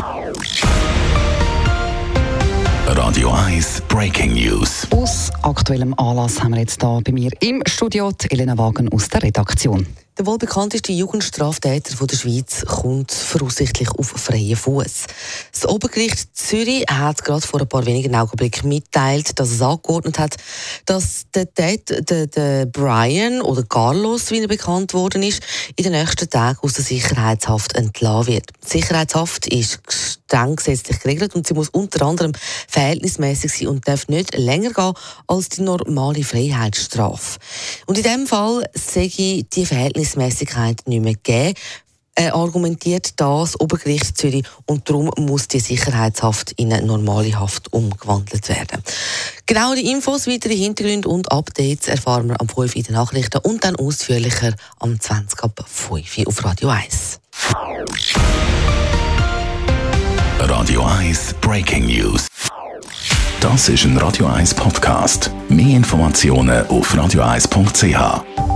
Radio 1 Breaking News. Aus aktuellem Anlass haben wir jetzt hier bei mir im Studio Elena Wagen aus der Redaktion. Der wohl bekannteste Jugendstraftäter der Schweiz kommt voraussichtlich auf freien Fuß. Das Obergericht Zürich hat gerade vor ein paar wenigen Augenblicken mitgeteilt, dass es angeordnet hat, dass der Brian oder Carlos, wie er bekannt worden ist, in den nächsten Tagen aus der Sicherheitshaft entlassen wird. Die Sicherheitshaft ist streng gesetzlich geregelt und sie muss unter anderem verhältnismäßig sein und darf nicht länger gehen als die normale Freiheitsstrafe. Und in diesem Fall sage die Verhältnismäßigkeit nicht mehr gegeben, argumentiert das Obergericht Zürich und darum muss die Sicherheitshaft in eine normale Haft umgewandelt werden. Genauere Infos, weitere Hintergründe und Updates erfahren wir am 5 in den Nachrichten und dann ausführlicher am 20 ab 5 auf Radio 1. Radio 1 Breaking News. Das ist ein Radio 1 Podcast. Mehr Informationen auf radio1.ch.